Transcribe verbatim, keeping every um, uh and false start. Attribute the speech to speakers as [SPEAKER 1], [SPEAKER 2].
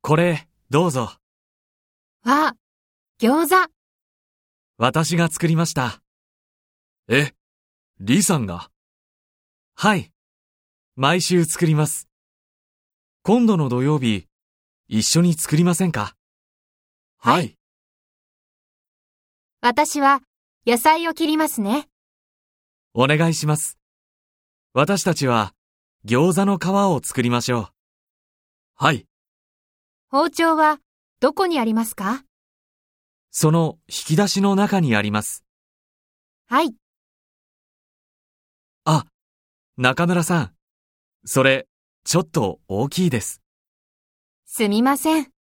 [SPEAKER 1] これ、どうぞ。
[SPEAKER 2] わ、餃子。
[SPEAKER 1] 私が作りました。え、リさんが？はい。毎週作ります。今度の土曜日、一緒に作りませんか？
[SPEAKER 2] はい。私は野菜を切りますね。
[SPEAKER 1] お願いします。私たちは餃子の皮を作りましょう。はい。
[SPEAKER 2] 包丁はどこにありますか？
[SPEAKER 1] その引き出しの中にあります。
[SPEAKER 2] はい。
[SPEAKER 1] あ、中村さん。それ、ちょっと大きいです。
[SPEAKER 2] すみません。